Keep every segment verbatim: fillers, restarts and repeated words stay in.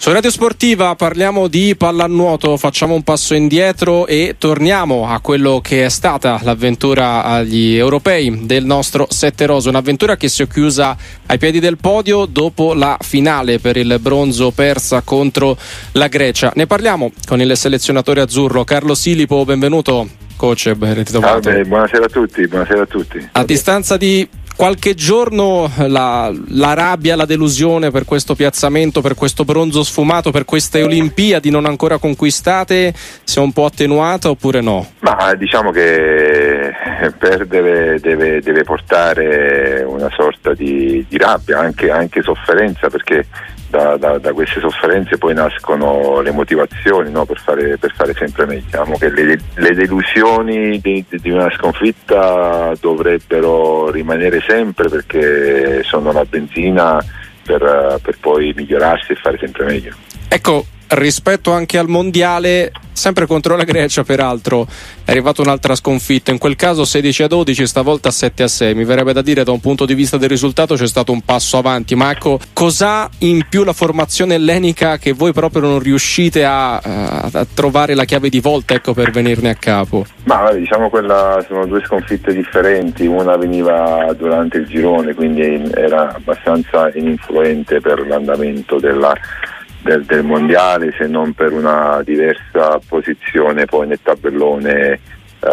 Su Radio Sportiva parliamo di pallanuoto, facciamo un passo indietro e torniamo a quello che è stata l'avventura agli europei del nostro Sette Rose, un'avventura che si è chiusa ai piedi del podio dopo la finale per il bronzo persa contro la Grecia. Ne parliamo con il selezionatore azzurro Carlo Silipo, benvenuto coach, ben ritrovato. Salve, buonasera a tutti, buonasera a tutti. A distanza di qualche giorno la, la rabbia, la delusione per questo piazzamento, per questo bronzo sfumato, per queste Olimpiadi non ancora conquistate, si è un po' attenuata oppure no? Ma diciamo che perdere deve, deve portare una sorta di, di rabbia, anche, anche sofferenza, perché da, da, da queste sofferenze poi nascono le motivazioni, no, per fare, per fare sempre meglio. Diciamo che le, le delusioni di, di una sconfitta dovrebbero rimanere sempre, perché sono la benzina per, per poi migliorarsi e fare sempre meglio. Ecco, rispetto anche al mondiale, sempre contro la Grecia peraltro è arrivata un'altra sconfitta, in quel caso sedici a dodici, stavolta sette a sei. Mi verrebbe da dire, da un punto di vista del risultato c'è stato un passo avanti, ma ecco, cos'ha in più la formazione ellenica che voi proprio non riuscite a, a, a trovare la chiave di volta, ecco, per venirne a capo? Ma diciamo quella sono due sconfitte differenti, una veniva durante il girone, quindi era abbastanza ininfluente per l'andamento della Del, del mondiale, se non per una diversa posizione poi nel tabellone uh,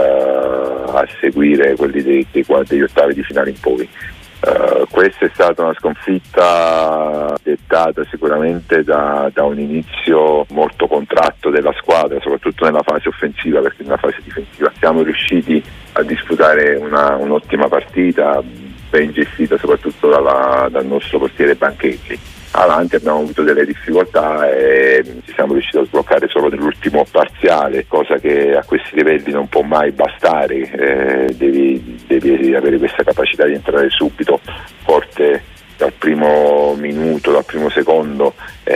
a seguire quelli dei, dei, degli ottavi di finale in poi. Uh, questa è stata una sconfitta dettata sicuramente da, da un inizio molto contratto della squadra, soprattutto nella fase offensiva, perché nella fase difensiva siamo riusciti a disputare una, un'ottima partita, ben gestita soprattutto dalla, dal nostro portiere Banchetti. Avanti abbiamo avuto delle difficoltà e ci siamo riusciti a sbloccare solo nell'ultimo parziale, cosa che a questi livelli non può mai bastare, eh, devi, devi avere questa capacità di entrare subito forte dal primo minuto, dal primo secondo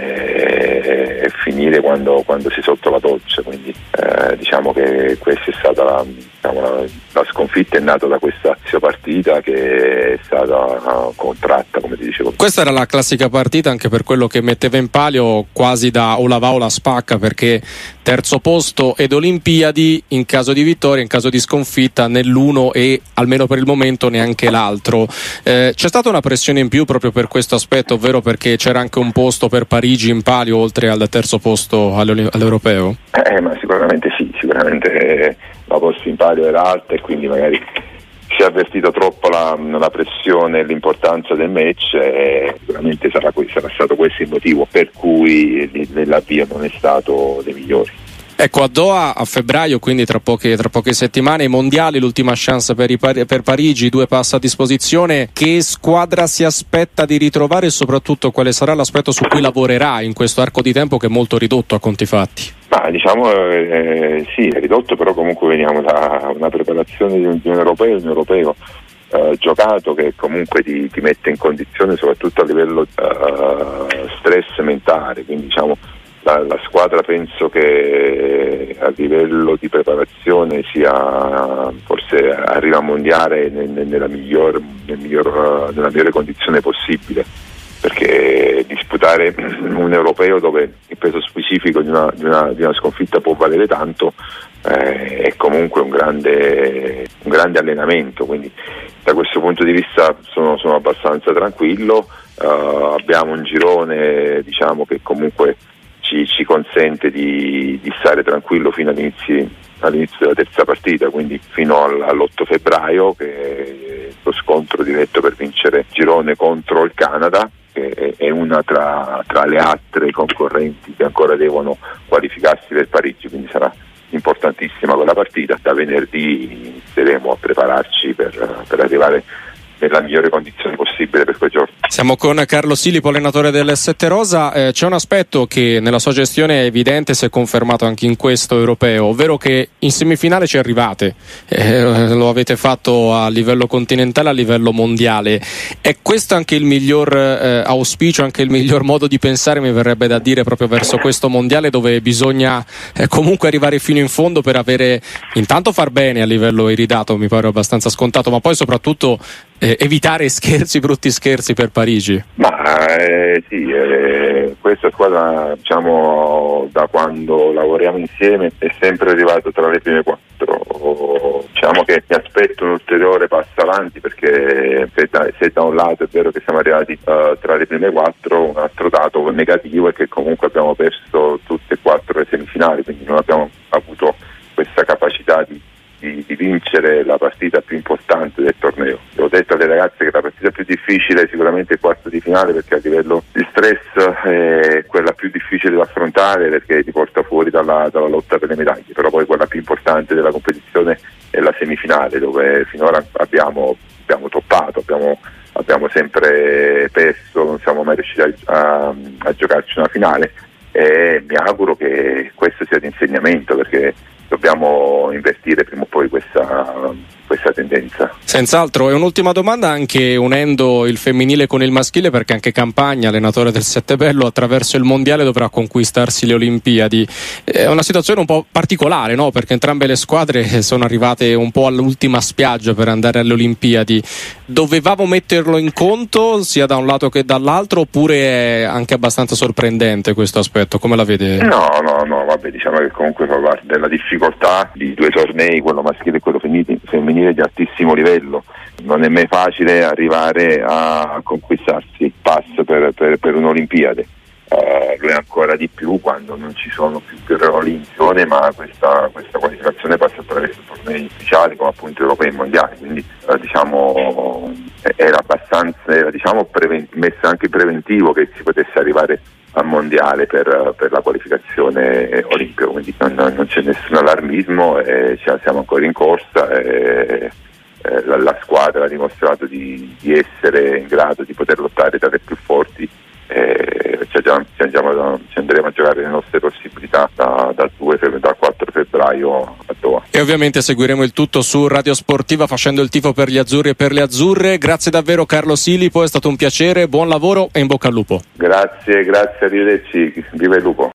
eh, e finire quando, quando sei sotto la doccia, quindi eh, diciamo che questa è stata la, diciamo, la, la sconfitta è nata da questa partita che è stata uh, contratta, come ti dicevo. Questa era la classica partita anche per quello che metteva in palio quasi da o la va o la spacca, perché terzo posto ed Olimpiadi in caso di vittoria, in caso di sconfitta nell'uno e almeno per il momento neanche l'altro. Eh, c'è stata una pressione in più proprio per questo aspetto, ovvero perché c'era anche un posto per Parigi in palio oltre al terzo posto all'Europeo? Eh, ma sicuramente sì, sicuramente la posta in palio era alta e quindi magari si è avvertito troppo la, la pressione e l'importanza del match e sicuramente sarà, sarà stato questo il motivo per cui l'avvio non è stato dei migliori. Ecco, a Doha a febbraio, quindi tra poche, tra poche settimane, i mondiali, l'ultima chance per, i, per Parigi, due passi a disposizione. Che squadra si aspetta di ritrovare e soprattutto quale sarà l'aspetto su cui lavorerà in questo arco di tempo che è molto ridotto a conti fatti? Ma diciamo eh, sì, è ridotto, però comunque veniamo da una preparazione di un, di un europeo, un europeo eh, giocato che comunque ti, ti mette in condizione soprattutto a livello eh, stress mentale, quindi diciamo La, la squadra penso che a livello di preparazione sia forse arriva a mondiale nel, nella, miglior, nel miglior, nella migliore condizione possibile, perché disputare un europeo dove il peso specifico di una, di una, di una sconfitta può valere tanto eh, è comunque un grande, un grande allenamento, quindi da questo punto di vista sono, sono abbastanza tranquillo. Uh, abbiamo un girone diciamo che comunque Ci, ci consente di, di stare tranquillo fino all'inizio, all'inizio della terza partita, quindi fino all, all'otto febbraio, che è lo scontro diretto per vincere il girone contro il Canada, che è, è una tra, tra le altre concorrenti che ancora devono qualificarsi per Parigi, quindi sarà importantissima quella partita. Da venerdì inizieremo a prepararci per, per arrivare nella migliore condizione possibile per quel giorno. Siamo con Carlo Silipo, allenatore del Sette Rosa. Eh, c'è un aspetto che nella sua gestione è evidente, si è confermato anche in questo europeo, ovvero che in semifinale ci arrivate, eh, lo avete fatto a livello continentale, a livello mondiale. È questo anche il miglior eh, auspicio, anche il miglior modo di pensare, mi verrebbe da dire, proprio verso questo mondiale dove bisogna eh, comunque arrivare fino in fondo per avere, intanto far bene a livello iridato, mi pare abbastanza scontato, ma poi soprattutto eh, evitare scherzi, brutti scherzi per Parigi. Ma eh, sì, eh, questa squadra, diciamo, da quando lavoriamo insieme è sempre arrivata tra le prime quattro. Diciamo che mi aspetto un ulteriore passo avanti, perché se da, se da un lato è vero che siamo arrivati uh, tra le prime quattro, un altro dato negativo è che comunque abbiamo perso tutte e quattro le semifinali, quindi non abbiamo avuto questa capacità di Di, di vincere la partita più importante del torneo. Ho detto alle ragazze che la partita più difficile è sicuramente il quarto di finale, perché a livello di stress è quella più difficile da affrontare, perché ti porta fuori dalla, dalla lotta per le medaglie, però poi quella più importante della competizione è la semifinale, dove finora abbiamo, abbiamo toppato, abbiamo, abbiamo sempre perso, non siamo mai riusciti a, a, a giocarci una finale, e mi auguro che questo sia di insegnamento, perché dobbiamo invertire prima o poi questa, questa tendenza. Senz'altro. E un'ultima domanda, anche unendo il femminile con il maschile, perché anche Campagna, allenatore del Settebello, attraverso il mondiale dovrà conquistarsi le Olimpiadi. È una situazione un po' particolare, no? Perché entrambe le squadre sono arrivate un po' all'ultima spiaggia per andare alle Olimpiadi. Dovevamo metterlo in conto sia da un lato che dall'altro, oppure è anche abbastanza sorprendente questo aspetto? Come la vede? No, no, no, vabbè, diciamo che comunque fa parte della difficoltà di due tornei, quello maschile e quello femminile, di altissimo livello. Non è mai facile arrivare a conquistarsi il pass per, per, per un'Olimpiade. Uh, lo è ancora di più quando non ci sono più guerrieri in zone, ma questa, questa qualificazione passa attraverso tornei ufficiali come appunto europei e mondiali, quindi uh, diciamo era abbastanza era, diciamo, preven- messa anche in preventivo che si potesse arrivare al mondiale per, per la qualificazione olimpica, quindi non, non c'è nessun allarmismo, e siamo ancora in corsa, e eh, la, la squadra ha dimostrato di, di essere in grado di poter lottare tra le più forti. Eh, ci, andiamo, ci, andiamo, ci andremo a giocare le nostre possibilità da, dal, due, dal quattro febbraio a Doha. E ovviamente seguiremo il tutto su Radio Sportiva, facendo il tifo per gli azzurri e per le azzurre. Grazie davvero Carlo Silipo, è stato un piacere, buon lavoro e in bocca al lupo. Grazie, grazie, arrivederci, viva il lupo.